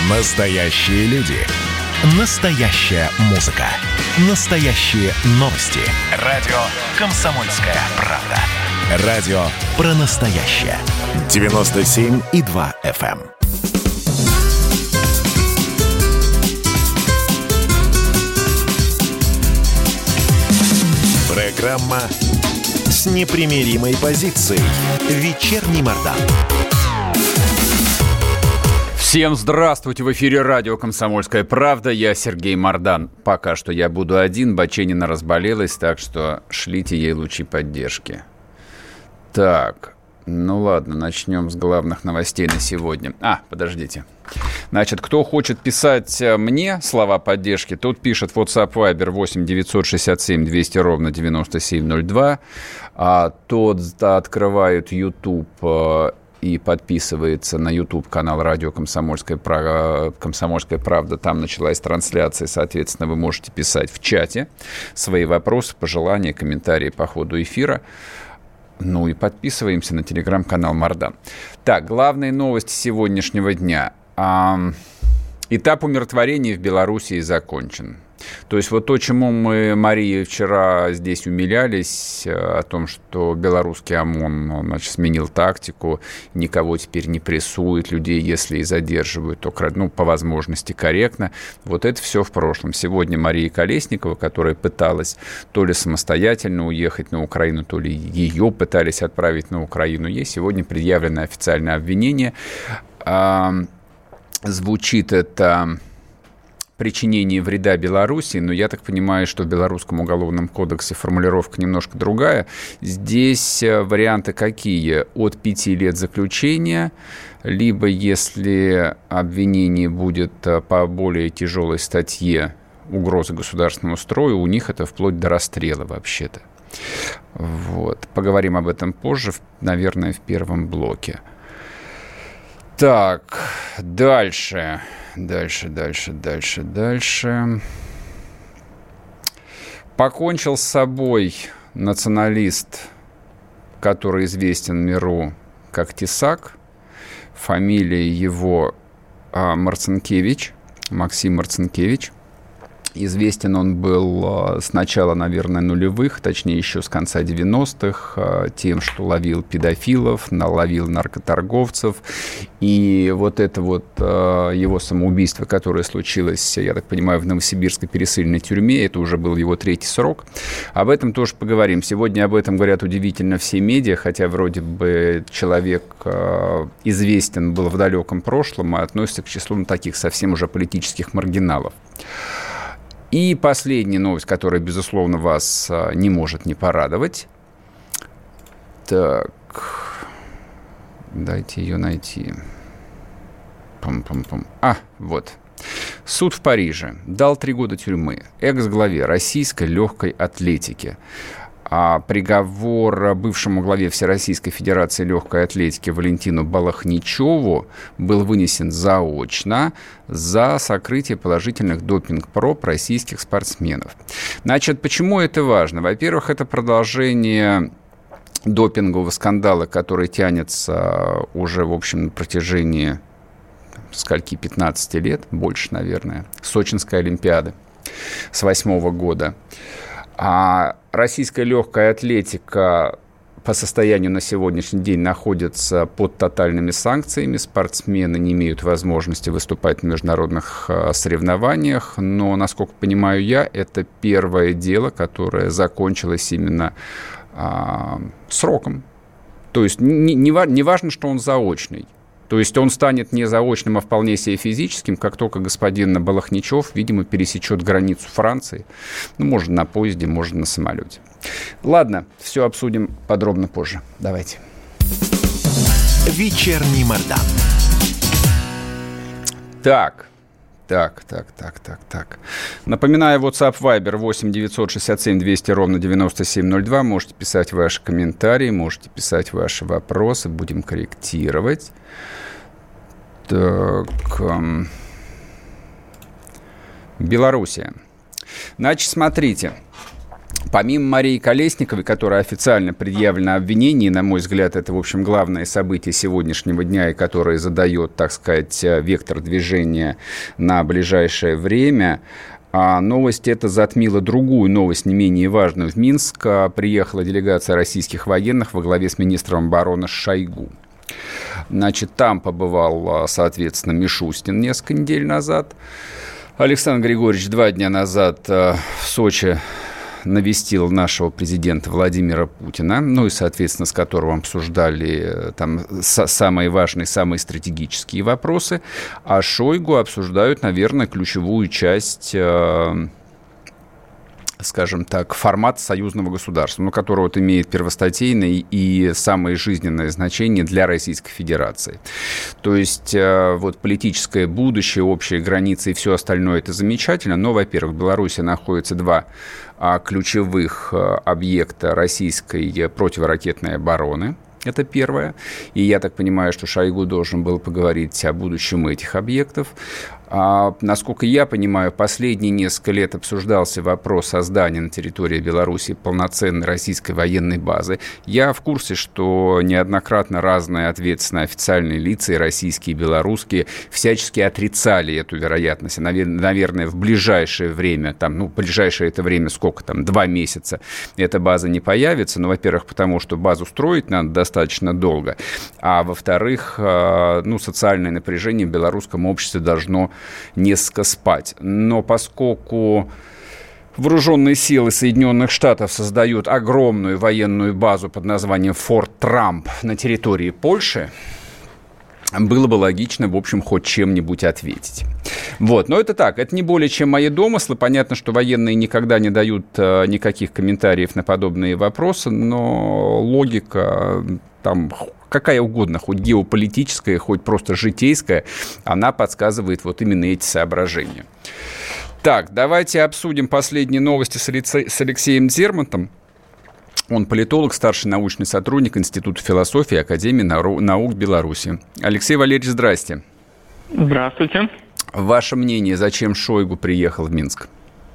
Настоящие люди. Настоящая музыка. Настоящие новости. Радио «Комсомольская правда». Радио про настоящее. 97,2 FM. Программа с непримиримой позицией. Вечерний Мардан. Всем здравствуйте! В эфире радио «Комсомольская правда». Я Сергей Мардан. Пока что я буду один. Баченина разболелась, так что шлите ей лучи поддержки. Так, ну ладно, начнем с главных новостей на сегодня. Подождите. Значит, кто хочет писать мне слова поддержки, тот пишет в WhatsApp Viber 8 967 200 ровно 9702. Тот открывает YouTube и подписывается на YouTube-канал радио «Комсомольская правда». Там началась трансляция, соответственно, вы можете писать в чате свои вопросы, пожелания, комментарии по ходу эфира. Ну и подписываемся на телеграм-канал Мардан. Так, главные новости сегодняшнего дня. Этап умиротворения в Белоруссии закончен. То есть вот то, чему мы, Мария, вчера здесь умилялись, о том, что белорусский ОМОН, сменил тактику, никого теперь не прессует, людей, если и задерживают, то, по возможности корректно. Вот это все в прошлом. Сегодня Мария Колесникова, которая пыталась то ли самостоятельно уехать на Украину, то ли ее пытались отправить на Украину, ей сегодня предъявлено официальное обвинение. Звучит это причинение вреда Беларуси, но я так понимаю, что в Белорусском уголовном кодексе формулировка немножко другая. Здесь варианты какие? От 5 лет заключения, либо если обвинение будет по более тяжелой статье угрозы государственному строю, у них это вплоть до расстрела вообще-то. Вот. Поговорим об этом позже, наверное, в первом блоке. Так, дальше. Покончил с собой националист, который известен миру как Тесак. Фамилия его Марцинкевич, Максим Марцинкевич. Известен он был с начала, наверное, нулевых, точнее, еще с конца 90-х, тем, что ловил педофилов, наловил наркоторговцев. И вот это вот его самоубийство, которое случилось, я так понимаю, в Новосибирской пересыльной тюрьме, это уже был его 3-й срок. Об этом тоже поговорим. Сегодня об этом говорят удивительно все медиа, хотя вроде бы человек известен был в далеком прошлом, а относится к числу таких совсем уже политических маргиналов. И последняя новость, которая, безусловно, вас не может не порадовать. Так, дайте ее найти. Вот. Суд в Париже дал 3 года тюрьмы экс-главе российской легкой атлетики. Приговор бывшему главе Всероссийской Федерации легкой атлетики Валентину Балахничеву был вынесен заочно за сокрытие положительных допинг-проб российских спортсменов. Значит, почему это важно? Во-первых, это продолжение допингового скандала, который тянется уже, в общем, на протяжении, 15 лет, больше, наверное, Сочинской Олимпиады с 2008 года. А российская легкая атлетика по состоянию на сегодняшний день находится под тотальными санкциями. Спортсмены не имеют возможности выступать в международных соревнованиях. Но, насколько понимаю я, это первое дело, которое закончилось именно сроком. То есть не важно, что он заочный. То есть он станет не заочным, а вполне себе физическим, как только господин Балахничев, видимо, пересечет границу Франции. Можно на поезде, можно на самолете. Ладно, все обсудим подробно позже. Давайте. Вечерний Мардан. Так. Напоминаю, WhatsApp Viber 8 967 200 ровно 9702. Можете писать ваши комментарии, можете писать ваши вопросы. Будем корректировать. Так. Белоруссия. Значит, смотрите. Помимо Марии Колесниковой, которой официально предъявлено обвинение, на мой взгляд, это, в общем, главное событие сегодняшнего дня, и которое задает, так сказать, вектор движения на ближайшее время, новость эта затмила другую новость, не менее важную. В Минск приехала делегация российских военных во главе с министром обороны Шойгу. Значит, там побывал, соответственно, Мишустин несколько недель назад. Александр Григорьевич 2 дня назад в Сочи навестил нашего президента Владимира Путина, ну и, соответственно, с которым обсуждали там самые важные, самые стратегические вопросы. А Шойгу обсуждают, наверное, ключевую часть, скажем так, формата союзного государства, ну, которое вот имеет первостатейное и самое жизненное значение для Российской Федерации. То есть вот политическое будущее, общие границы и все остальное – это замечательно, но, во-первых, в Беларуси находятся 2 ключевых объекта российской противоракетной обороны. Это первое. И я так понимаю, что Шойгу должен был поговорить о будущем этих объектов. Насколько я понимаю, последние несколько лет обсуждался вопрос создания на территории Беларуси полноценной российской военной базы. Я в курсе, что неоднократно разные ответственные официальные лица, и российские, и белорусские, всячески отрицали эту вероятность. Наверное, в ближайшее время, в ближайшее это время, сколько там, 2 месяца, эта база не появится. Ну, во-первых, потому что базу строить надо достаточно долго. А во-вторых, социальное напряжение в белорусском обществе должно несколько спать. Но поскольку вооруженные силы Соединенных Штатов создают огромную военную базу под названием Форт Трамп на территории Польши, было бы логично, в общем, хоть чем-нибудь ответить. Вот. Но это так, это не более чем мои домыслы. Понятно, что военные никогда не дают никаких комментариев на подобные вопросы, но логика там какая угодно, хоть геополитическая, хоть просто житейская, она подсказывает вот именно эти соображения. Так, давайте обсудим последние новости с Алексеем Зермантом. Он политолог, старший научный сотрудник Института философии Академии наук Беларуси. Алексей Валерьевич, здрасте. Здравствуйте. Ваше мнение, зачем Шойгу приехал в Минск?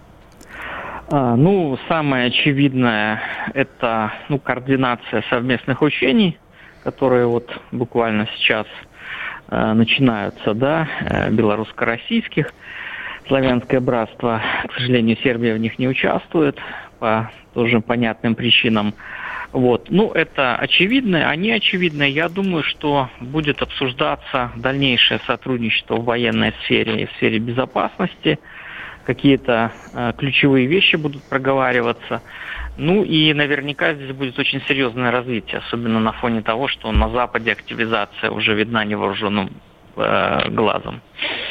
Самое очевидное – это координация совместных учений, которые вот буквально сейчас начинаются, белорусско-российских. Славянское братство, к сожалению, Сербия в них не участвует по тоже понятным причинам. Вот. Это очевидно, а не очевидно. Я думаю, что будет обсуждаться дальнейшее сотрудничество в военной сфере и в сфере безопасности. Какие-то ключевые вещи будут проговариваться. И наверняка здесь будет очень серьезное развитие, особенно на фоне того, что на Западе активизация уже видна невооруженным глазом.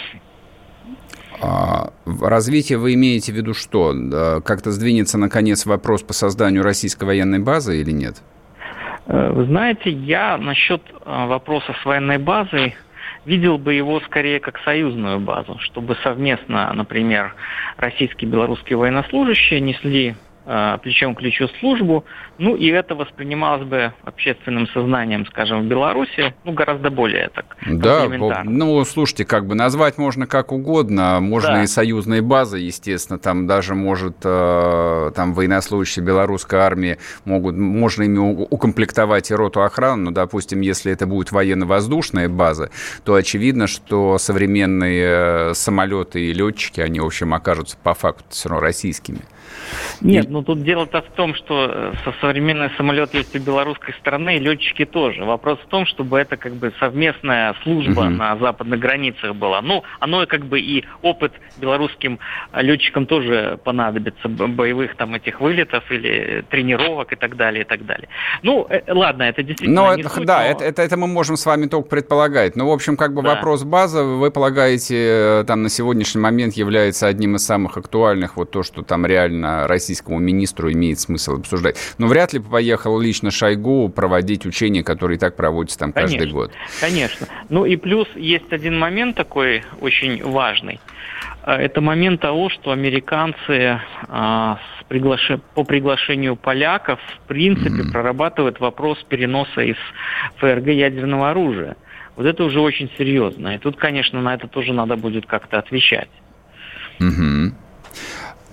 Развитие вы имеете в виду что? Как-то сдвинется, наконец, вопрос по созданию российской военной базы или нет? Вы знаете, я насчет вопроса с военной базой видел бы его скорее как союзную базу, чтобы совместно, например, российские и белорусские военнослужащие несли плечом к плечу службу, и это воспринималось бы общественным сознанием, скажем, в Беларуси, гораздо более так комплементарно. Слушайте, назвать можно как угодно, можно и союзные базы, естественно, там даже может военнослужащие белорусской армии можно ими укомплектовать и роту охраны, но, допустим, если это будет военно-воздушная база, то очевидно, что современные самолеты и летчики, они, в общем, окажутся по факту все равно российскими. Нет, тут дело-то в том, что современный самолет есть у белорусской стороны, и летчики тоже. Вопрос в том, чтобы это совместная служба на западных границах была. Оно и опыт белорусским летчикам тоже понадобится, боевых этих вылетов или тренировок и так далее, и так далее. Ладно, это действительно не суть. Да, это мы можем с вами только предполагать. В общем, вопрос базы, вы полагаете, на сегодняшний момент является одним из самых актуальных, вот то, что там реально российскому министру имеет смысл обсуждать. Но вряд ли поехал лично Шойгу проводить учения, которые и так проводятся там каждый год. Конечно. И плюс есть один момент такой очень важный. Это момент того, что американцы по приглашению поляков в принципе прорабатывают вопрос переноса из ФРГ ядерного оружия. Вот это уже очень серьезно. И тут, конечно, на это тоже надо будет как-то отвечать.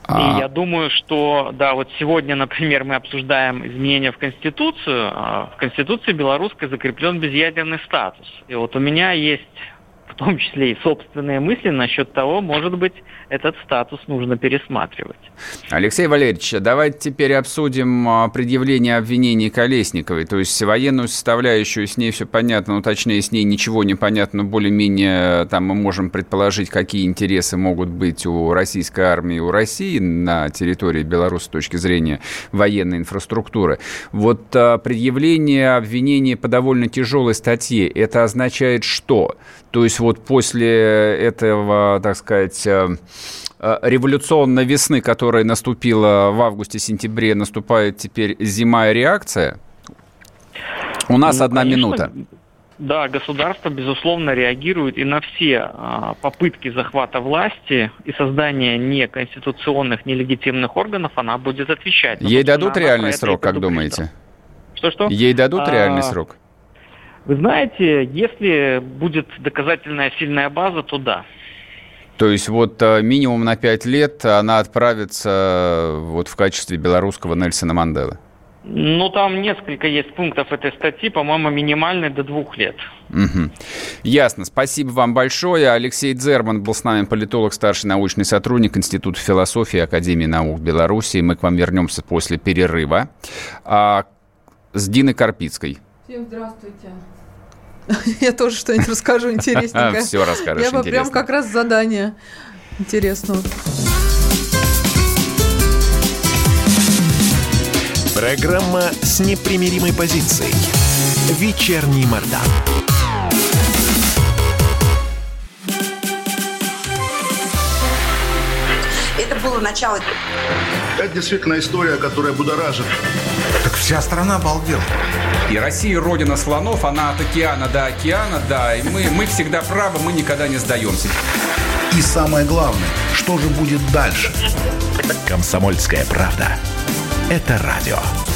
И я думаю, что, да, вот сегодня, например, мы обсуждаем изменения в Конституцию. В Конституции белорусской закреплен безъядерный статус. И вот у меня есть в том числе и собственные мысли насчет того, может быть, этот статус нужно пересматривать. Алексей Валерьевич, давайте теперь обсудим предъявление обвинений Колесниковой. То есть военную составляющую, с ней все понятно, но точнее с ней ничего не понятно, но более-менее там мы можем предположить, какие интересы могут быть у российской армии и у России на территории Беларуси с точки зрения военной инфраструктуры. Вот предъявление обвинений по довольно тяжелой статье, это означает что? То есть вот после этого, так сказать, революционной весны, которая наступила в августе-сентябре, наступает теперь зима и реакция? У нас одна минута. Да, государство, безусловно, реагирует и на все попытки захвата власти и создания неконституционных, нелегитимных органов, она будет отвечать. Ей дадут реальный срок, как думаете? Что? Ей дадут реальный срок? Вы знаете, если будет доказательная сильная база, то да. То есть вот минимум на 5 лет она отправится вот в качестве белорусского Нельсона Манделы? Ну, там несколько есть пунктов этой статьи, по-моему, минимальный до 2 лет. Угу. Ясно. Спасибо вам большое. Алексей Дзерман был с нами, политолог, старший научный сотрудник Института философии Академии наук Беларуси. Мы к вам вернемся после перерыва. С Диной Карпицкой. Всем здравствуйте. Я тоже что-нибудь расскажу интересненькое. Все расскажешь интересно. Я прям как раз задание интересного. Программа с непримиримой позицией. Вечерний Мардан. Это было начало. Это действительно история, которая будоражит. Так вся страна обалдела. И Россия родина слонов, она от океана до океана, да, и мы всегда правы, мы никогда не сдаемся. И самое главное, что же будет дальше? Комсомольская правда. Это радио.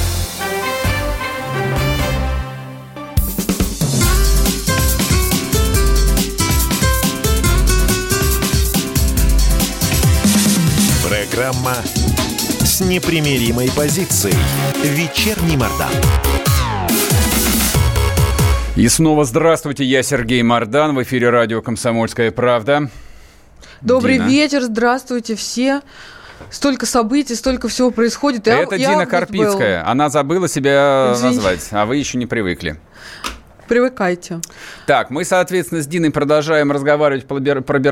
Программа с непримиримой позицией. Вечерний Мардан. И снова здравствуйте, я Сергей Мардан, в эфире радио «Комсомольская правда». Добрый Дина. вечер, здравствуйте все. Столько событий, столько всего происходит. Это Дина Карпицкая, она забыла себя назвать, а вы еще не привыкли. Привыкайте. Так, мы, соответственно, с Диной продолжаем разговаривать про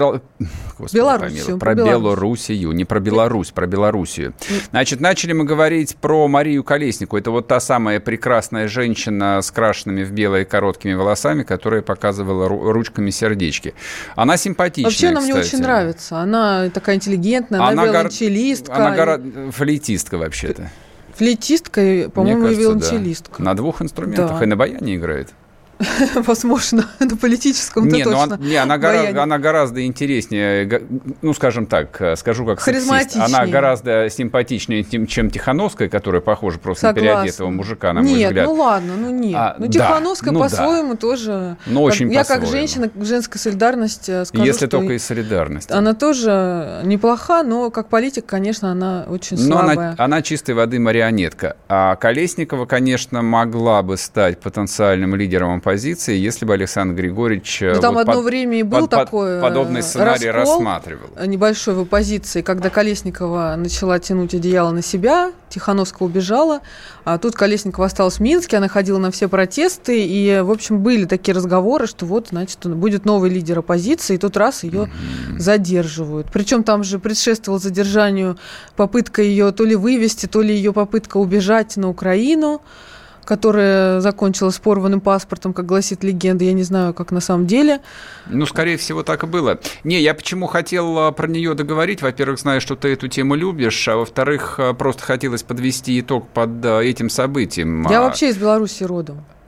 Белоруссию, не про Беларусь, про Белоруссию. Значит, начали мы говорить про Марию Колесникову. Это вот та самая прекрасная женщина с крашенными в белые короткими волосами, которая показывала ручками сердечки. Она симпатичная, вообще, она кстати. мне очень нравится. Она такая интеллигентная, она виолончелистка. Она флейтистка вообще-то. Флейтистка, по-моему, и виолончелистка. Да. На 2 инструментах, да. И на баяне играет. Возможно, на политическом-то точно. Она гораздо интереснее, ну, скажем так, скажу как сексист. Она гораздо симпатичнее, чем Тихановская, которая похожа просто на переодетого мужика, на мой взгляд. Нет, ну ладно, ну нет. Тихановская по-своему тоже. Ну, очень я по-своему. Как женщина женской солидарности скажу, если только из солидарности. Она тоже неплоха, но как политик, конечно, она очень слабая. Она чистой воды марионетка. А Колесникова, конечно, могла бы стать потенциальным лидером оппозиции, если бы Александр Григорьевич там одно время и был такой подобный сценарий рассматривал. Небольшой в оппозиции, когда Колесникова начала тянуть одеяло на себя, Тихановская убежала, а тут Колесникова осталась в Минске, она ходила на все протесты, и, в общем, были такие разговоры, что вот, значит, будет новый лидер оппозиции, и тут раз ее задерживают. Причем там же предшествовала задержанию попытка ее то ли вывести, то ли ее попытка убежать на Украину, которая закончилась порванным паспортом, как гласит легенда. Я не знаю, как на самом деле. Ну, скорее всего, так и было. Не, я почему хотел про нее договорить. Во-первых, знаю, что ты эту тему любишь, а во-вторых, просто хотелось подвести итог под этим событием. Я вообще из Беларуси родом.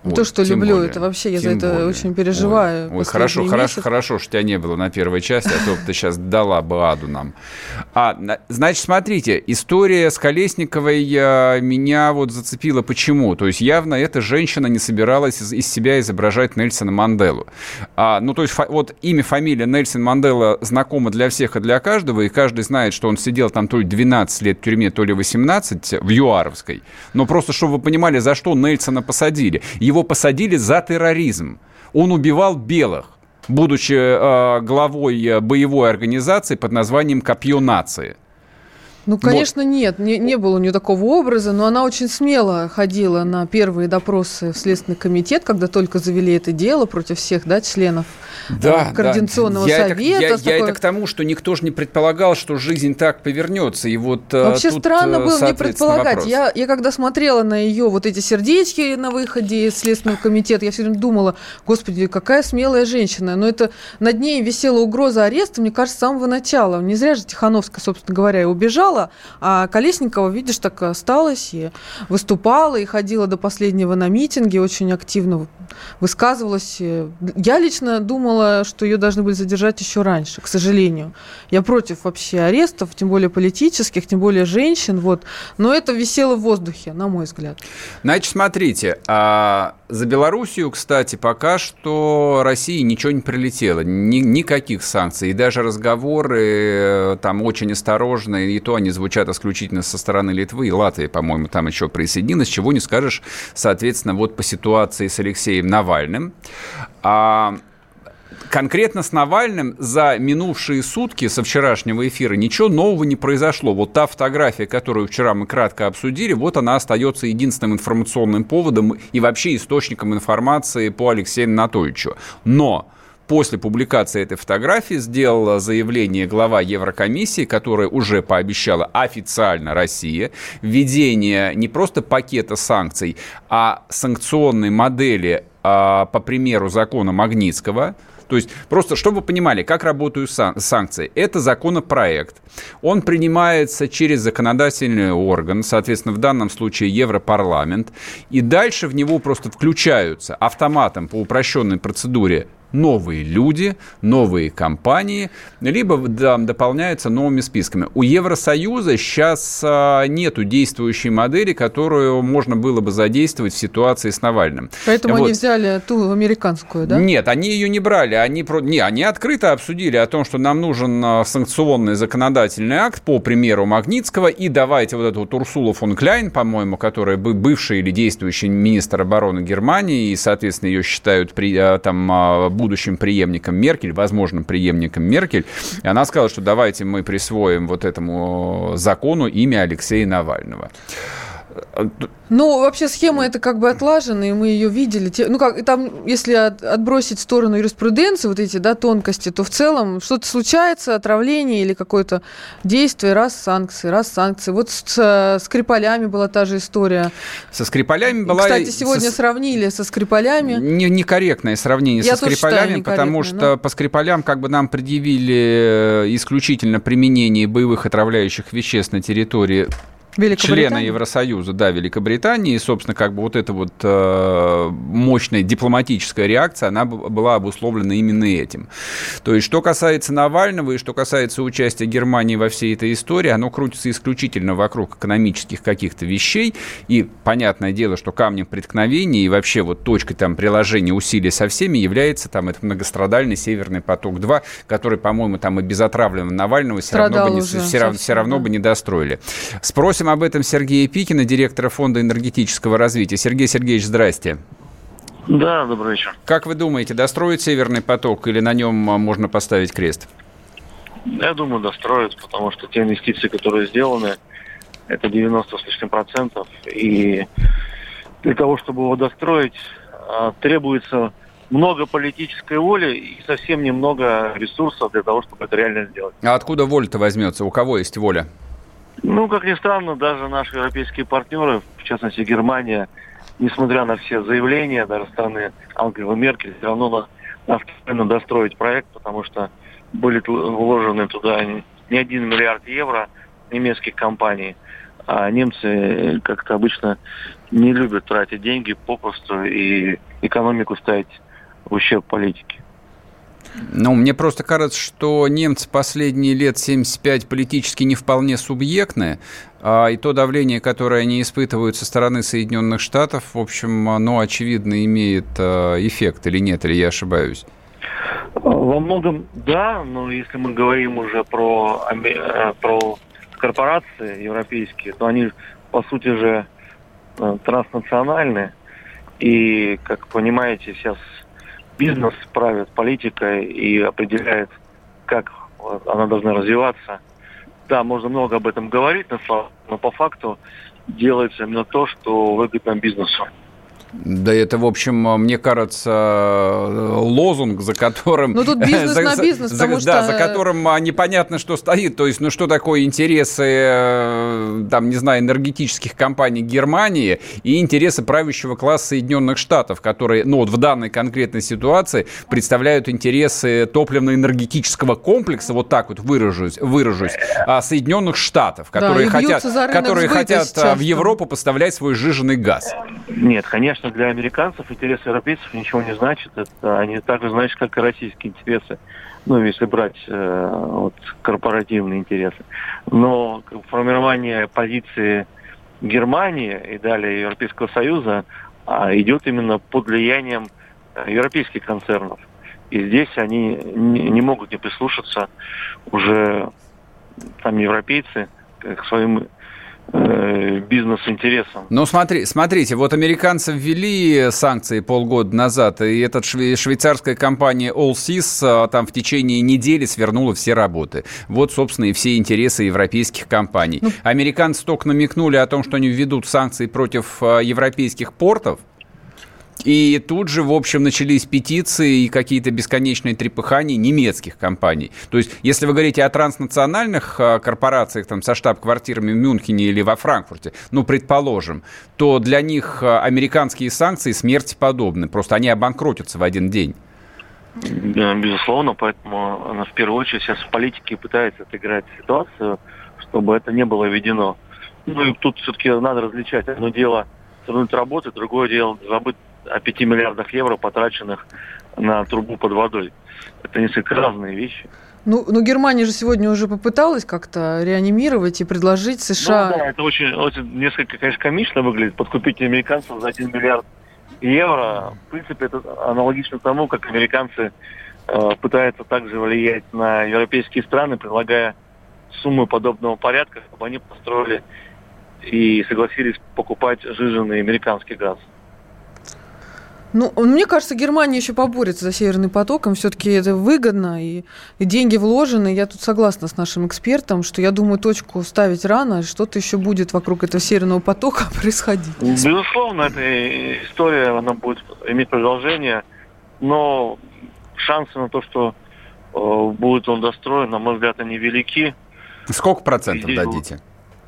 То, что люблю, более, это вообще, я за это более. Очень переживаю. Ой, хорошо, что тебя не было на первой части, а то бы ты сейчас дала бы аду нам. Значит, смотрите, история с Колесниковой меня вот зацепила. Почему? То есть явно эта женщина не собиралась из себя изображать Нельсона Манделу. То есть вот имя, фамилия Нельсон Мандела знакома для всех и для каждого, и каждый знает, что он сидел там то ли 12 лет в тюрьме, то ли 18 в ЮАРовской. Но просто, чтобы вы понимали, за что Нельсона посадили. Его посадили за терроризм. Он убивал белых, будучи главой боевой организации под названием «Копье нации». Ну, конечно, вот. Нет, не было у нее такого образа, но она очень смело ходила на первые допросы в Следственный комитет, когда только завели это дело против всех, членов Координационного совета. Я это к тому, что никто же не предполагал, что жизнь так повернется. И вот вообще тут, странно было не предполагать. Я когда смотрела на ее вот эти сердечки на выходе из Следственного комитета, я все время думала, господи, какая смелая женщина. Но это над ней висела угроза ареста, мне кажется, с самого начала. Не зря же Тихановская, собственно говоря, и убежала. А Колесникова, видишь, так осталась и выступала, и ходила до последнего на митинги, очень активно высказывалась. Я лично думала, что ее должны были задержать еще раньше, к сожалению. Я против вообще арестов, тем более политических, тем более женщин. Но это висело в воздухе, на мой взгляд. Значит, смотрите, за Белоруссию, кстати, пока что России ничего не прилетело, никаких санкций. И даже разговоры там очень осторожные, и то они звучат исключительно со стороны Литвы, и Латвии, по-моему, там еще присоединилась, чего не скажешь, соответственно, вот по ситуации с Алексеем Навальным. Конкретно с Навальным за минувшие сутки со вчерашнего эфира ничего нового не произошло. Вот та фотография, которую вчера мы кратко обсудили, вот она остается единственным информационным поводом и вообще источником информации по Алексею Анатольевичу. Но после публикации этой фотографии сделала заявление глава Еврокомиссии, которая уже пообещала официально России введение не просто пакета санкций, а санкционной модели по примеру закона Магнитского. То есть, просто чтобы вы понимали, как работают санкции. Это законопроект. Он принимается через законодательный орган, соответственно, в данном случае Европарламент. И дальше в него просто включаются автоматом по упрощенной процедуре новые люди, новые компании, либо дополняются новыми списками. У Евросоюза сейчас нету действующей модели, которую можно было бы задействовать в ситуации с Навальным. Поэтому они взяли ту американскую, да? Нет, они ее не брали. Они открыто обсудили о том, что нам нужен санкционный законодательный акт по примеру Магнитского, и давайте вот эту вот Урсулу фон Кляйн, по-моему, которая бывший или действующий министр обороны Германии, и, соответственно, ее считают будущим преемником Меркель, возможным преемником Меркель, и она сказала, что давайте мы присвоим вот этому закону имя Алексея Навального. Ну, вообще схема эта как бы отлажена, и мы ее видели. Там, если отбросить в сторону юриспруденции вот эти, тонкости, то в целом что-то случается, отравление или какое-то действие, раз санкции. Вот с Скрипалями была та же история. Со Скрипалями была... Кстати, сегодня сравнили со Скрипалями. Некорректное сравнение со Скрипалями, потому что по Скрипалям как бы нам предъявили исключительно применение боевых отравляющих веществ на территории члена Евросоюза, Великобритании, и, собственно, как бы вот эта вот мощная дипломатическая реакция, она была обусловлена именно этим. То есть, что касается Навального и что касается участия Германии во всей этой истории, оно крутится исключительно вокруг экономических каких-то вещей, и понятное дело, что камнем преткновения и вообще вот точкой там приложения усилий со всеми является там этот многострадальный Северный поток-2, который, по-моему, там и без отравленного Навального все равно бы не достроили. Спросим об этом Сергея Пикина, директора Фонда энергетического развития. Сергей Сергеевич, здрасте. Да, добрый вечер. Как вы думаете, достроить Северный поток или на нем можно поставить крест? Я думаю, достроят, потому что те инвестиции, которые сделаны, это 90 с лишним процентов. И для того, чтобы его достроить, требуется много политической воли и совсем немного ресурсов для того, чтобы это реально сделать. А откуда воля-то возьмется? У кого есть воля? Как ни странно, даже наши европейские партнеры, в частности Германия, несмотря на все заявления даже страны Ангелы Меркель, все равно настроена достроить проект, потому что были вложены туда не 1 миллиард евро немецких компаний. А немцы как-то обычно не любят тратить деньги попросту и экономику ставить в ущерб политике. Ну, мне просто кажется, что немцы последние лет 75 политически не вполне субъектны, и то давление, которое они испытывают со стороны Соединенных Штатов, в общем, оно, очевидно, имеет эффект или нет, или я ошибаюсь? Во многом да, но если мы говорим уже про корпорации европейские, то они, по сути же, транснациональны. И, как понимаете, сейчас бизнес правит политикой и определяет, как она должна развиваться. Да, можно много об этом говорить, но по факту делается именно то, что выгодно бизнесу. Да это, в общем, мне кажется, лозунг, за которым... Ну, тут бизнес на бизнес, потому что... Да, за которым непонятно, что стоит. То есть, ну, что такое интересы, там, не знаю, энергетических компаний Германии и интересы правящего класса Соединенных Штатов, которые, ну, вот в данной конкретной ситуации представляют интересы топливно-энергетического комплекса, вот так вот выражусь, Соединенных Штатов, которые хотят в Европу поставлять свой сжиженный газ. Нет, конечно, для американцев интересы европейцев ничего не значит. Это они так же значат, как и российские интересы. Ну, если брать корпоративные интересы. Но формирование позиции Германии и далее Европейского Союза идет именно под влиянием европейских концернов. И здесь они не могут не прислушаться уже там европейцы к своим бизнес-интересам. Ну, смотрите, вот американцы ввели санкции полгода назад, и эта швейцарская компания Allseas там в течение недели свернула все работы. Вот, собственно, и все интересы европейских компаний. Американцы только намекнули о том, что они введут санкции против европейских портов, и тут же, в общем, начались петиции и какие-то бесконечные трепыхания немецких компаний. То есть, если вы говорите о транснациональных корпорациях там, со штаб-квартирами в Мюнхене или во Франкфурте, ну, предположим, то для них американские санкции смерти подобны. Просто они обанкротятся в один день. Безусловно, поэтому она в первую очередь сейчас в политике пытается отыграть ситуацию, чтобы это не было введено. Ну, и тут все-таки надо различать. Одно дело вернуть работу, другое дело забыть о 5 миллиардах евро, потраченных на трубу под водой. Это несколько разные вещи. Ну, Германия же сегодня уже попыталась как-то реанимировать и предложить США... Ну, да, это очень несколько, конечно, комично выглядит. Подкупить американцев за 1 миллиард евро. В принципе, это аналогично тому, как американцы пытаются также влиять на европейские страны, предлагая суммы подобного порядка, чтобы они построили и согласились покупать сжиженный американский газ. Ну, мне кажется, Германия еще поборется за Северный поток, им все-таки это выгодно, и деньги вложены. Я тут согласна с нашим экспертом, что, я думаю, точку ставить рано, что-то еще будет вокруг этого Северного потока происходить. Безусловно, эта история, она будет иметь продолжение, но шансы на то, что будет он достроен, на мой взгляд, они велики. Сколько процентов дадите?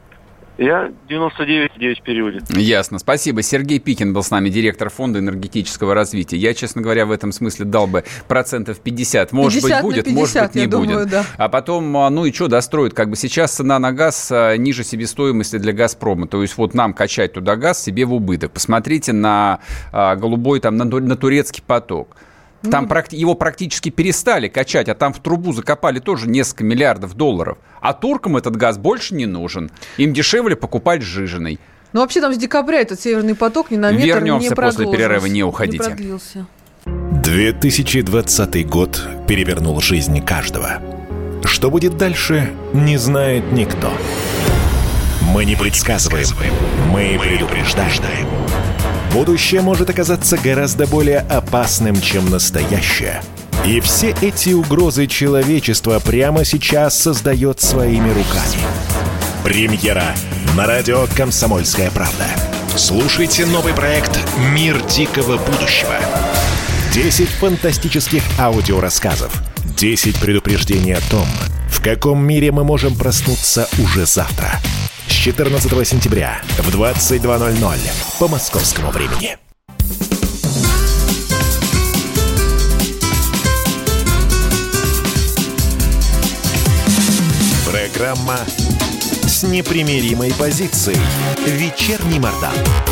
Я 99,9 в периоде. Ясно. Спасибо. Сергей Пикин был с нами, директор Фонда энергетического развития. Я, честно говоря, в этом смысле дал бы 50%. Может быть, будет, 50, может быть, не будет. Думаю, да. А потом, ну и что, достроят? Как бы сейчас цена на газ ниже себестоимости для «Газпрома». То есть вот нам качать туда газ себе в убыток. Посмотрите на голубой, там, на турецкий поток. Там его практически перестали качать, а там в трубу закопали тоже несколько миллиардов долларов. А туркам этот газ больше не нужен. Им дешевле покупать сжиженный. Ну, вообще там с декабря этот Северный поток ни на метр Вернемся не продолжился. После перерыва, не уходите. 2020 год перевернул жизнь каждого. Что будет дальше, не знает никто. Мы не предсказываем, мы предупреждаем. Будущее может оказаться гораздо более опасным, чем настоящее. И все эти угрозы человечество прямо сейчас создает своими руками. Премьера на радио «Комсомольская правда». Слушайте новый проект «Мир дикого будущего». 10 фантастических аудиорассказов. 10 предупреждений о том, в каком мире мы можем проснуться уже завтра. С 14 сентября в 22:00 по московскому времени. Программа с непримиримой позицией. Вечерний Мардан.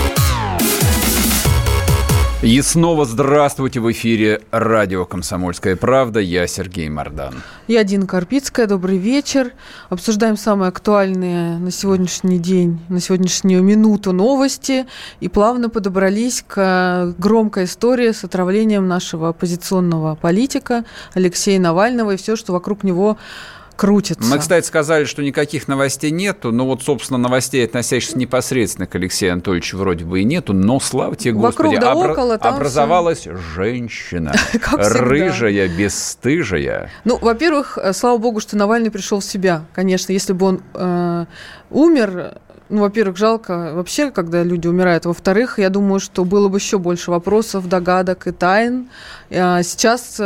И снова здравствуйте, в эфире радио «Комсомольская правда». Я Сергей Мардан. Я Дина Карпицкая. Добрый вечер. Обсуждаем самые актуальные на сегодняшний день, на сегодняшнюю минуту новости. И плавно подобрались к громкой истории с отравлением нашего оппозиционного политика Алексея Навального и все, что вокруг него крутится. Мы, кстати, сказали, что никаких новостей нету, но вот, собственно, новостей, относящихся непосредственно к Алексею Анатольевичу, вроде бы и нету, но, слава тебе, Господи, да около, образовалась все... женщина, рыжая, бесстыжая. Ну, во-первых, слава богу, что Навальный пришел в себя. Конечно, если бы он умер... Ну, во-первых, жалко вообще, когда люди умирают. Во-вторых, я думаю, что было бы еще больше вопросов, догадок и тайн. Сейчас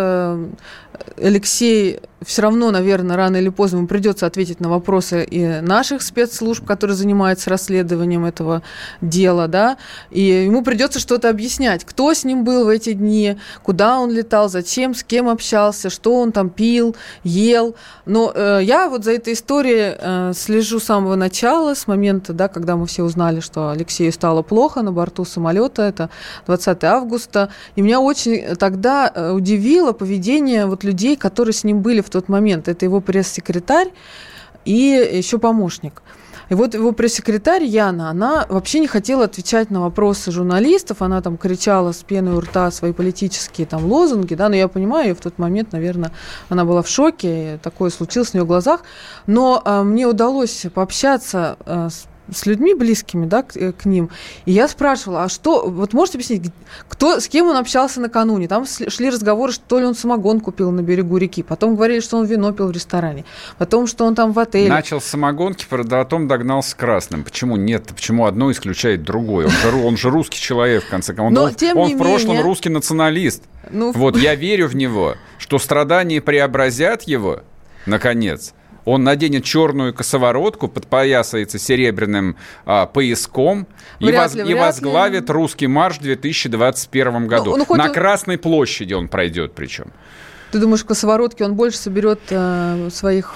Алексей все равно, наверное, рано или поздно ему придется ответить на вопросы и наших спецслужб, которые занимаются расследованием этого дела, да, и ему придется что-то объяснять, кто с ним был в эти дни, куда он летал, зачем, с кем общался, что он там пил, ел. Но я вот за этой историей слежу с самого начала, с момента, да, когда мы все узнали, что Алексею стало плохо на борту самолета, это 20 августа, и меня очень тогда удивило поведение вот людей, которые с ним были в тот момент. Это его пресс-секретарь и еще помощник. И вот его пресс-секретарь Яна, она вообще не хотела отвечать на вопросы журналистов, она там кричала с пеной у рта свои политические там лозунги, да, но я понимаю, ее в тот момент, наверное, она была в шоке, и такое случилось в ее глазах, но мне удалось пообщаться с людьми близкими, да, к ним. И я спрашивала, а что, вот можете объяснить, с кем он общался накануне? Там шли разговоры, что ли он самогон купил на берегу реки, потом говорили, что он вино пил в ресторане, потом, что он там в отеле. Начал с самогонки, потом догнался с красным. Почему нет? Почему одно исключает другое? Он же русский человек, в конце концов. Он в прошлом русский националист. Вот я верю в него, что страдания преобразят его, наконец. Он наденет черную косоворотку, подпоясается серебряным пояском и возглавит русский марш в 2021 году. На Красной площади он пройдет причем. Ты думаешь, в косоворотке он больше соберет своих...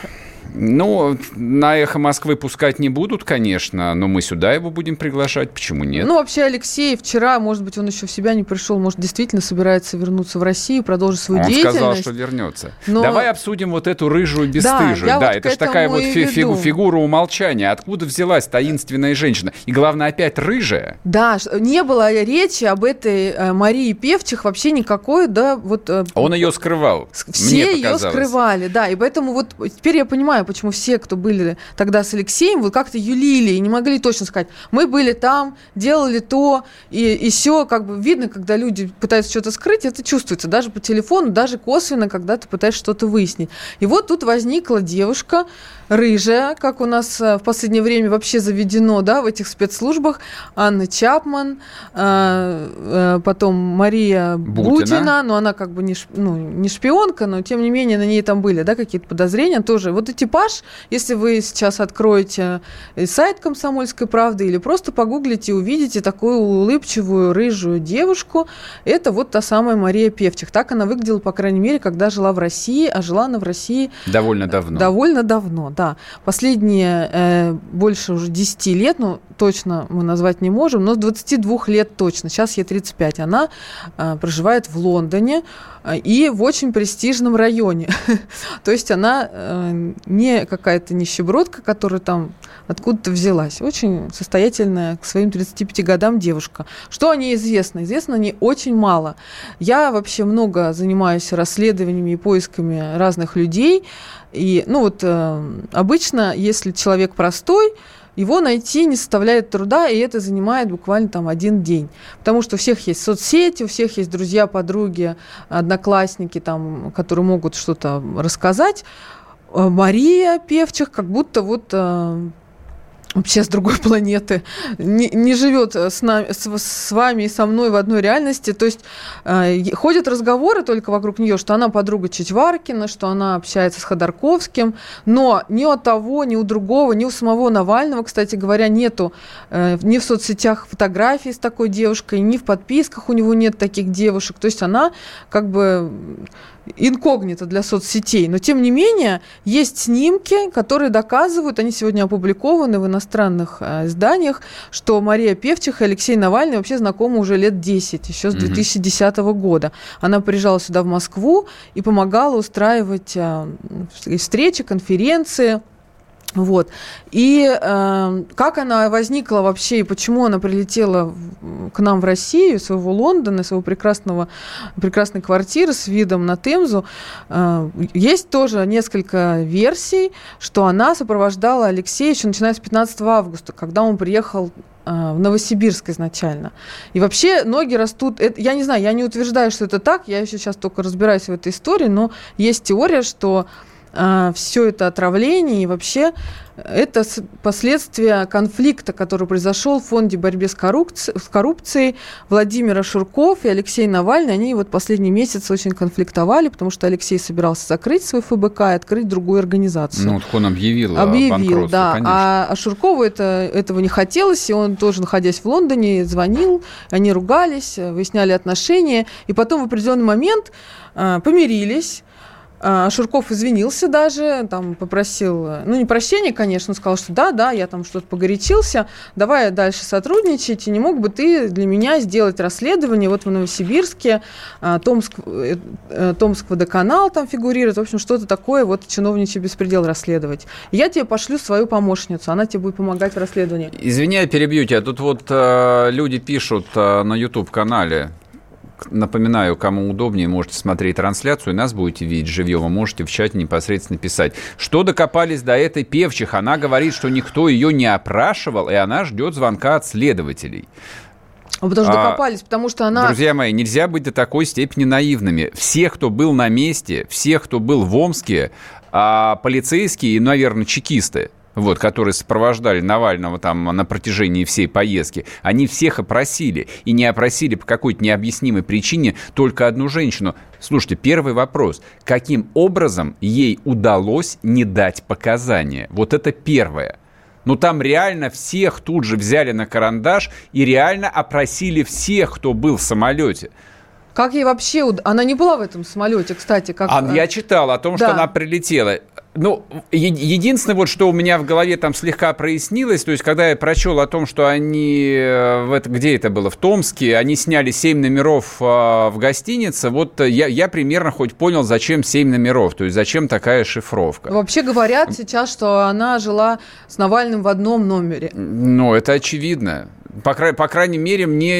Ну, на «Эхо Москвы» пускать не будут, конечно, но мы сюда его будем приглашать, почему нет? Ну, вообще, Алексей вчера, может быть, он еще в себя не пришел, может, действительно собирается вернуться в Россию, продолжить свою деятельность. Он сказал, что вернется. Давай обсудим вот эту рыжую бесстыжую. Да, это же такая вот фигура умолчания. Откуда взялась таинственная женщина? И, главное, опять рыжая. Да, не было речи об этой Марии Певчих вообще никакой, да, вот... Он ее скрывал, все ее скрывали, да, и поэтому вот теперь я понимаю, почему все, кто были тогда с Алексеем, вот как-то юлили и не могли точно сказать, мы были там, делали то, и все, как бы видно, когда люди пытаются что-то скрыть, это чувствуется, даже по телефону, даже косвенно, когда ты пытаешься что-то выяснить. И вот тут возникла девушка, рыжая, как у нас в последнее время вообще заведено, да, в этих спецслужбах, Анна Чапман, потом Мария Бутина, но она как бы не шпионка, но тем не менее на ней там были, да, какие-то подозрения тоже. Вот экипаж, если вы сейчас откроете сайт «Комсомольской правды» или просто погуглите, увидите такую улыбчивую рыжую девушку, это вот та самая Мария Певчих. Так она выглядела, по крайней мере, когда жила в России, а жила она в России... Довольно давно, да. Последние больше уже 10 лет, ну, точно мы назвать не можем, но с 22 лет точно, сейчас ей 35, она проживает в Лондоне и в очень престижном районе. То есть она не какая-то нищебродка, которая там откуда-то взялась. Очень состоятельная к своим 35 годам девушка. Что о ней известно? Известно о ней очень мало. Я вообще много занимаюсь расследованиями и поисками разных людей. И, обычно, если человек простой, его найти не составляет труда, и это занимает буквально там один день. Потому что у всех есть соцсети, у всех есть друзья, подруги, одноклассники, там, которые могут что-то рассказать. Мария Певчих как будто вот вообще с другой планеты, не живет с вами и со мной в одной реальности. То есть ходят разговоры только вокруг нее, что она подруга Чичваркина, что она общается с Ходорковским, но ни у того, ни у другого, ни у самого Навального, кстати говоря, нету ни в соцсетях фотографий с такой девушкой, ни в подписках у него нет таких девушек. То есть она как бы инкогнито для соцсетей. Но, тем не менее, есть снимки, которые доказывают, они сегодня опубликованы в иностранных изданиях, что Мария Певчих и Алексей Навальный вообще знакомы уже лет 10, еще с 2010 года. Она приезжала сюда, в Москву, и помогала устраивать встречи, конференции. Вот. И как она возникла вообще, и почему она прилетела к нам в Россию, своего Лондона, своего прекрасной квартиры с видом на Темзу, есть тоже несколько версий, что она сопровождала Алексея еще начиная с 15 августа, когда он приехал в Новосибирск изначально. И вообще ноги растут... я не знаю, я не утверждаю, что это так, я еще сейчас только разбираюсь в этой истории, но есть теория, что все это отравление и вообще это последствия конфликта, который произошел в Фонде борьбы с коррупцией. Владимир Ашурков и Алексей Навальный, они вот последний месяц очень конфликтовали, потому что Алексей собирался закрыть свой ФБК и открыть другую организацию. Ну, так он объявил банкротство, да. конечно. А Ашуркову этого не хотелось, и он тоже, находясь в Лондоне, звонил, они ругались, выясняли отношения, и потом в определенный момент помирились. Шурков извинился даже, там попросил, не прощения, конечно, сказал, что да, я там что-то погорячился, давай дальше сотрудничать, и не мог бы ты для меня сделать расследование, вот в Новосибирске, Томск водоканал там фигурирует, в общем, что-то такое, вот чиновничий беспредел расследовать. Я тебе пошлю свою помощницу, она тебе будет помогать в расследовании. Извиняй, перебью тебя, тут вот люди пишут на YouTube-канале, напоминаю, кому удобнее, можете смотреть трансляцию, и нас будете видеть живьем, вы можете в чате непосредственно писать. Что докопались до этой Певчих? Она говорит, что никто ее не опрашивал, и она ждет звонка от следователей. Потому что докопались, потому что она... Друзья мои, нельзя быть до такой степени наивными. Все, кто был на месте, все, кто был в Омске, полицейские и, наверное, чекисты, вот, которые сопровождали Навального там на протяжении всей поездки, они всех опросили. И не опросили по какой-то необъяснимой причине только одну женщину. Слушайте, первый вопрос. Каким образом ей удалось не дать показания? Вот это первое. Ну, там реально всех тут же взяли на карандаш и реально опросили всех, кто был в самолете. Как ей вообще... Она не была в этом самолете, кстати. Я читал о том, что она прилетела. Ну, единственное, вот, что у меня в голове там слегка прояснилось, то есть, когда я прочел о том, что они, где это было, в Томске, они сняли 7 номеров в гостинице, вот я примерно хоть понял, зачем 7 номеров, то есть, зачем такая шифровка. Вообще говорят сейчас, что она жила с Навальным в одном номере. Ну, это очевидно. По крайней мере, мне,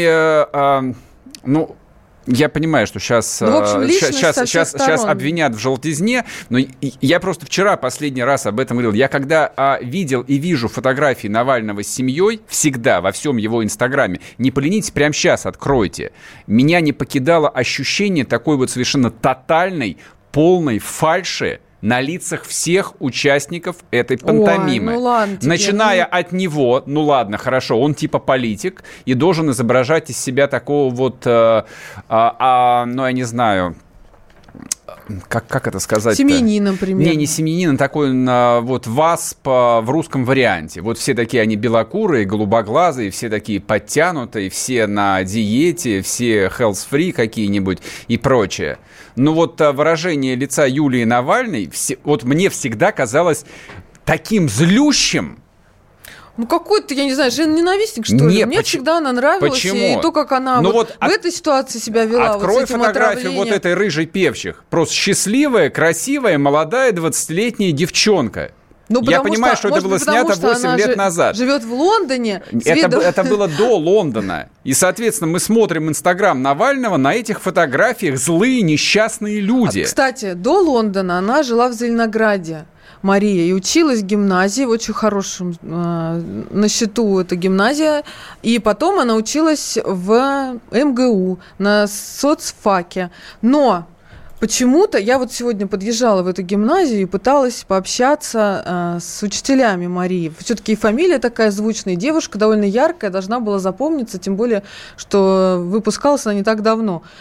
я понимаю, что сейчас обвинят в желтизне, но я просто вчера последний раз об этом говорил. Я когда видел и вижу фотографии Навального с семьей, всегда во всем его инстаграме, не поленитесь, прямо сейчас откройте, меня не покидало ощущение такой вот совершенно тотальной, полной фальши на лицах всех участников этой пантомимы. Ой, ладно, начиная от него, хорошо, он типа политик и должен изображать из себя такого вот, я не знаю, как это сказать? Семьянин, например. Не семьянин, такой вот ВАСП в русском варианте. Вот все такие они белокурые, голубоглазые, все такие подтянутые, все на диете, все health-free какие-нибудь и прочее. Но вот выражение лица Юлии Навальной вот мне всегда казалось таким злющим. Ну, какой-то, я не знаю, ненавистник, что ли? Мне всегда она нравилась. Почему? И то, как она в этой ситуации себя вела. Открой фотографию вот этой рыжей Певчих. Просто счастливая, красивая, молодая 20-летняя девчонка. Я понимаю, что это было снято 8 лет назад. Живет в Лондоне. Это было до Лондона. И, соответственно, мы смотрим Инстаграм Навального, на этих фотографиях злые, несчастные люди. Кстати, до Лондона она жила в Зеленограде. Мария, и училась в гимназии, в очень хорошем, на счету эта гимназия, и потом она училась в МГУ, на соцфаке. Но почему-то я вот сегодня подъезжала в эту гимназию и пыталась пообщаться с учителями Марии. Все-таки и фамилия такая звучная, девушка довольно яркая, должна была запомниться, тем более, что выпускалась она не так давно.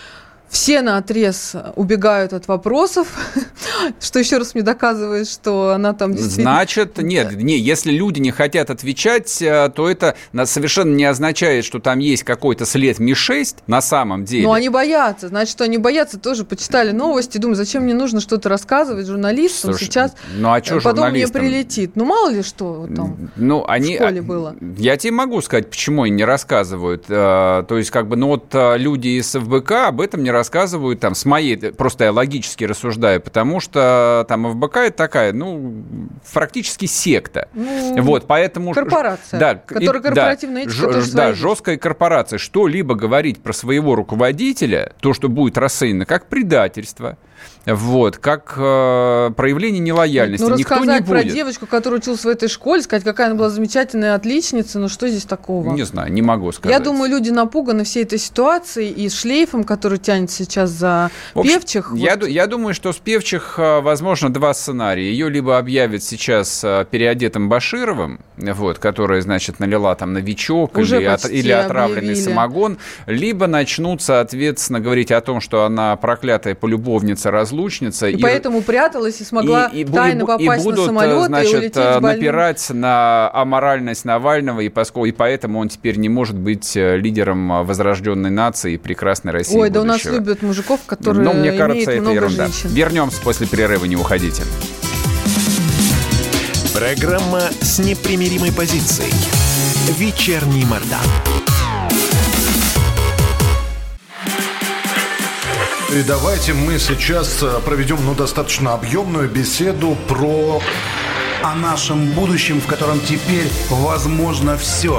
Все наотрез убегают от вопросов, что еще раз мне доказывает, что она там действительно... Значит, нет, если люди не хотят отвечать, то это совершенно не означает, что там есть какой-то след Ми-6 на самом деле. Но они боятся. Значит, что они боятся, тоже почитали новости, думают, зачем мне нужно что-то рассказывать журналистам. Слушай, сейчас потом мне прилетит. Мало ли что там в школе было. Я тебе могу сказать, почему они не рассказывают. То есть, люди из ФБК об этом не рассказывают, там, с моей, просто я логически рассуждаю, потому что там ФБК это такая, практически секта. Поэтому... Корпорация, которая корпоративная этика, жесткая корпорация. Что-либо говорить про своего руководителя, то, что будет расценено как предательство, как проявление нелояльности, никто не будет. Рассказать про девочку, которая училась в этой школе, сказать, какая она была замечательная отличница, что здесь такого? Не знаю, не могу сказать. Я думаю, люди напуганы всей этой ситуацией и шлейфом, который тянет сейчас за Певчих. Я думаю, что с Певчих, возможно, два сценария. Ее либо объявят сейчас переодетым Башировым, которая, значит, налила там новичок или отравленный самогон, либо начнут, соответственно, говорить о том, что она проклятая полюбовница, разлучница. И поэтому пряталась и смогла тайно попасть на самолет и улететь в больницу. Напирать на аморальность Навального, и поэтому он теперь не может быть лидером возрожденной нации и прекрасной России. Ой, да у нас любят мужиков, которые мне кажется, имеют много женщин. Вернемся после перерыва, не уходите. Программа с непримиримой позицией. Вечерний Мардан. И давайте мы сейчас проведем достаточно объемную беседу о нашем будущем, в котором теперь возможно все.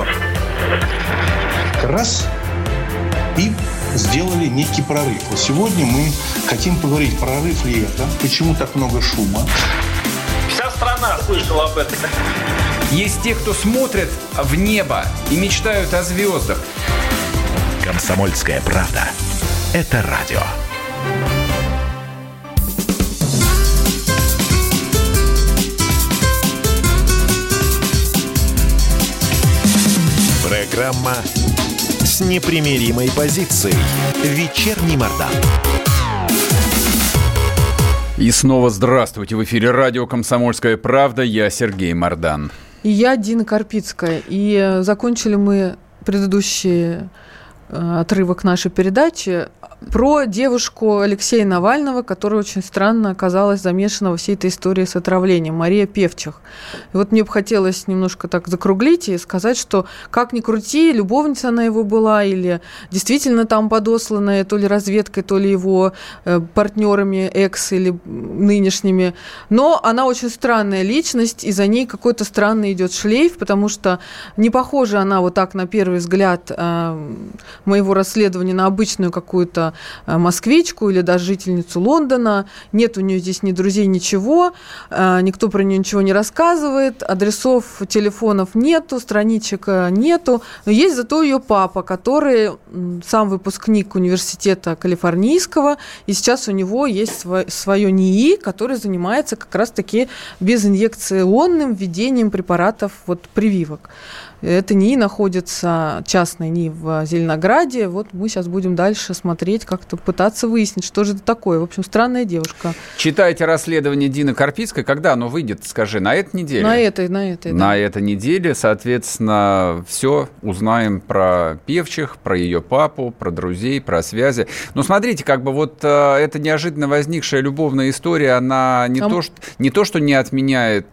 Раз и сделали некий прорыв. Вот сегодня мы хотим поговорить, прорыв ли это, почему так много шума. Вся страна слышала об этом. Есть те, кто смотрят в небо и мечтают о звездах. «Комсомольская правда» — это радио. Программа с непримиримой позицией. Вечерний Мардан. И снова здравствуйте. В эфире радио «Комсомольская правда». Я Сергей Мардан. И я Дина Карпицкая. И закончили мы предыдущий отрывок нашей передачи про девушку Алексея Навального, которая очень странно оказалась замешана во всей этой истории с отравлением, Мария Певчих. И мне бы хотелось немножко так закруглить и сказать, что как ни крути, любовница она его была или действительно там подосланная то ли разведкой, то ли его партнерами, экс или нынешними, но она очень странная личность, и за ней какой-то странный идет шлейф, потому что не похожа она так на первый взгляд моего расследования на обычную какую-то москвичку или даже жительницу Лондона. Нет у нее здесь ни друзей, ничего. Никто про нее ничего не рассказывает. Адресов, телефонов нету, страничек нету. Но есть зато ее папа, который сам выпускник университета Калифорнийского. И сейчас у него есть свое НИИ, который занимается как раз-таки безинъекционным введением препаратов прививок. Это НИИ находится, частное НИИ в Зеленограде. Мы сейчас будем дальше смотреть, как-то пытаться выяснить, что же это такое. В общем, странная девушка. Читайте расследование Дины Карпицкой. Когда оно выйдет, скажи, на этой неделе? На этой, да. На этой неделе, соответственно, все узнаем про Певчих, про ее папу, про друзей, про связи. Но смотрите, эта неожиданно возникшая любовная история, она не то, что не отменяет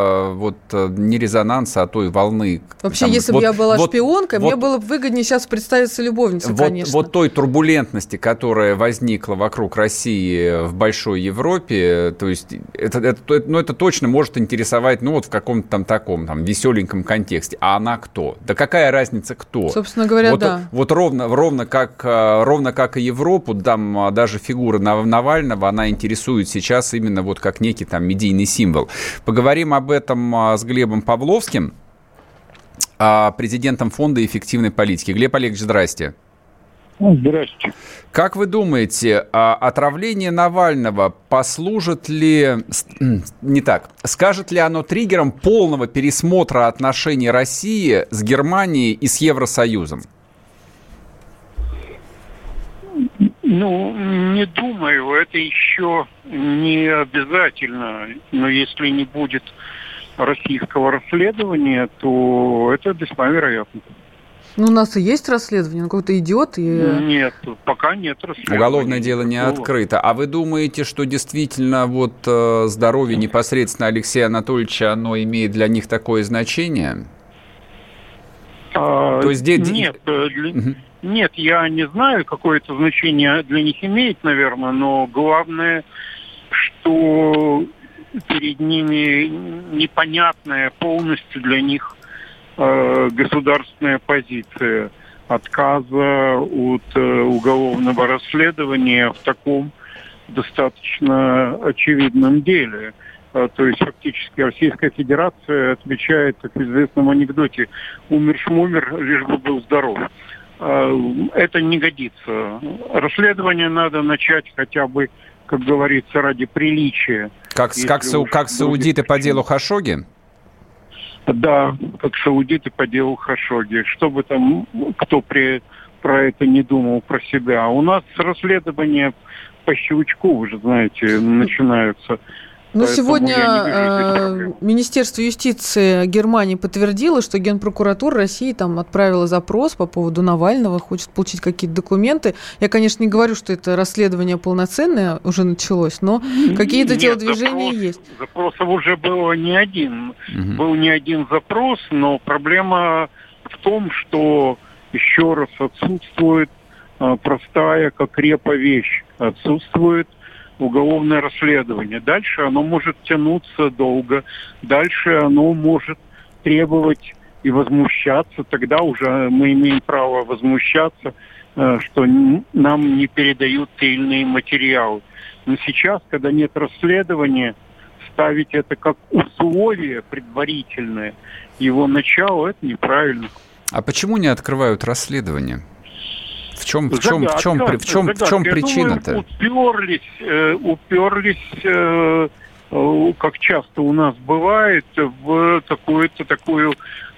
не резонанса, а той волны. Вообще, если бы я была шпионкой, мне было бы выгоднее сейчас представиться любовницей, конечно. Той турбулентности, которая возникла вокруг России в большой Европе, то есть это точно может интересовать, в каком-то там таком веселеньком контексте. А она кто? Да какая разница, кто? Собственно говоря, да. Ровно как и Европу, там даже фигура Навального, она интересует сейчас именно как некий медийный символ. Поговорим об этом с Глебом Павловским, президентом Фонда эффективной политики. Глеб Олегович, здрасте. Здравствуйте. Как вы думаете, отравление Навального послужит ли... Не так. Скажет ли оно триггером полного пересмотра отношений России с Германией и с Евросоюзом? Не думаю, это еще не обязательно. Но если не будет российского расследования, то это весьма вероятно. У нас и есть расследование, он какой-то идет и... Нет, пока нет расследования. Уголовное дело не открыто. А вы думаете, что действительно здоровье непосредственно Алексея Анатольевича, оно имеет для них такое значение? То есть Нет, я не знаю, какое это значение для них имеет, наверное, но главное, что перед ними непонятная полностью для них государственная позиция отказа от уголовного расследования в таком достаточно очевидном деле. То есть фактически Российская Федерация отвечает, как в известном анекдоте, умер шмумер, лишь бы был здоров. Это не годится. Расследование надо начать хотя бы, как говорится, ради приличия. Как саудиты по делу Хашогги? Да, как саудиты по делу Хашогги. Что бы там кто про это не думал про себя. У нас расследования по щелчку, вы же знаете, начинаются. Сегодня Министерство юстиции Германии подтвердило, что Генпрокуратура России там отправила запрос по поводу Навального, хочет получить какие-то документы. Я, конечно, не говорю, что это расследование полноценное уже началось, но какие-то телодвижения есть. Запросов уже было не один. Был не один запрос, но проблема в том, что еще раз отсутствует простая, как репа, вещь. Отсутствует уголовное расследование. Дальше оно может тянуться долго. Дальше оно может требовать и возмущаться. Тогда уже мы имеем право возмущаться, что нам не передают те или иные материалы. Но сейчас, когда нет расследования, ставить это как условие предварительное его начало, это неправильно. А почему не открывают расследование? В чем причина-то? Уперлись, как часто у нас бывает, в какую-то такую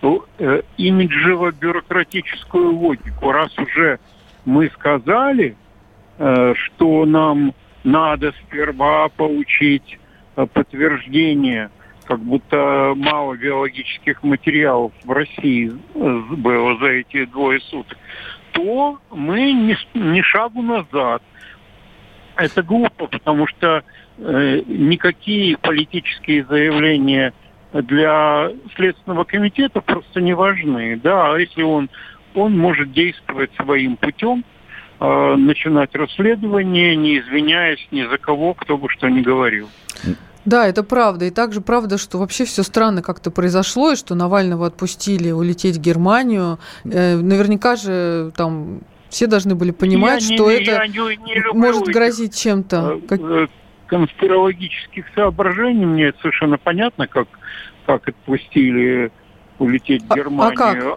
имиджево-бюрократическую логику. Раз уже мы сказали, что нам надо сперва получить подтверждение, как будто мало биологических материалов в России было за эти 2 суток, то мы ни шагу назад. Это глупо, потому что никакие политические заявления для Следственного комитета просто не важны. Да, если он может действовать своим путем, начинать расследование, не извиняясь ни за кого, кто бы что ни говорил. Да, это правда. И также правда, что вообще все странно как-то произошло, и что Навального отпустили улететь в Германию. Наверняка же там все должны были понимать, что это может грозить чем-то. Конспирологических соображений. Мне это совершенно понятно, как отпустили улететь в Германию.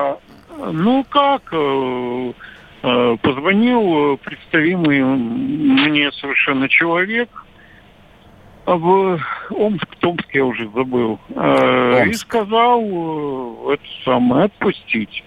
Позвонил представимый мне совершенно человек, в Томск я уже забыл, и сказал отпустить.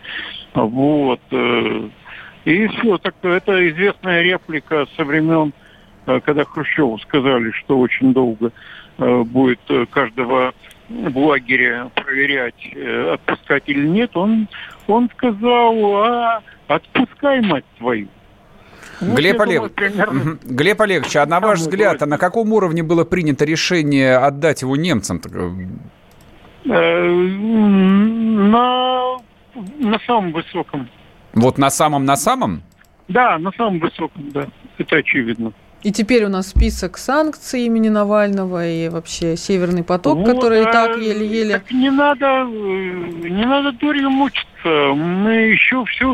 И все. Так это известная реплика со времен, когда Хрущеву сказали, что очень долго будет каждого блогеря проверять, отпускать или нет. Он сказал: отпускай, мать твою. Глеб Олегович, а на ваш взгляд, на каком уровне было принято решение отдать его немцам? На самом высоком. Вот на самом? Да, на самом высоком, да. Это очевидно. И теперь у нас список санкций имени Навального и вообще Северный поток, который и так еле-еле... Так не надо дурью мучиться. Мы еще все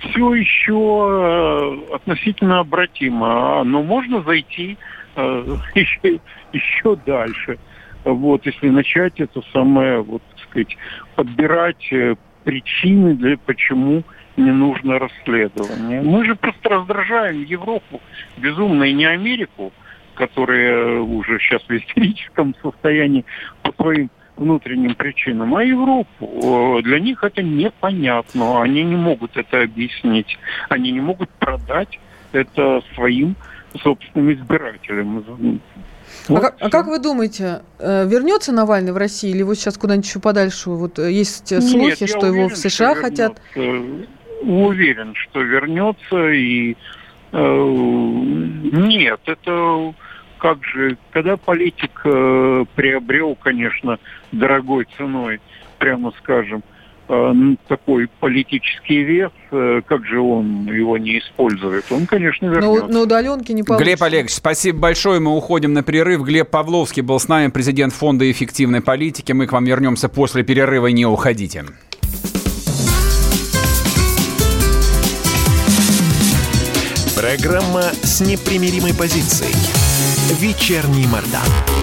еще относительно обратимо. Но можно зайти еще дальше. Если начать это самое, подбирать причины, почему не нужно расследование. Мы же просто раздражаем Европу безумно, и не Америку, которая уже сейчас в истерическом состоянии по своим внутренним причинам, а Европу. Для них это непонятно. Они не могут это объяснить. Они не могут продать это своим собственным избирателям. Вот а как вы думаете, вернется Навальный в Россию или его сейчас куда-нибудь еще подальше? Вот есть слухи, что его в США хотят. Уверен, что вернется. И нет, это как же, когда политик приобрел, конечно, дорогой ценой, прямо скажем, такой политический вес, как же он его не использует? Он, конечно, вернется. На удаленке не получится. Глеб Олегович, спасибо большое. Мы уходим на перерыв. Глеб Павловский был с нами, президент Фонда эффективной политики. Мы к вам вернемся после перерыва. Не уходите. Программа с непримиримой позицией. Вечерний Мардан.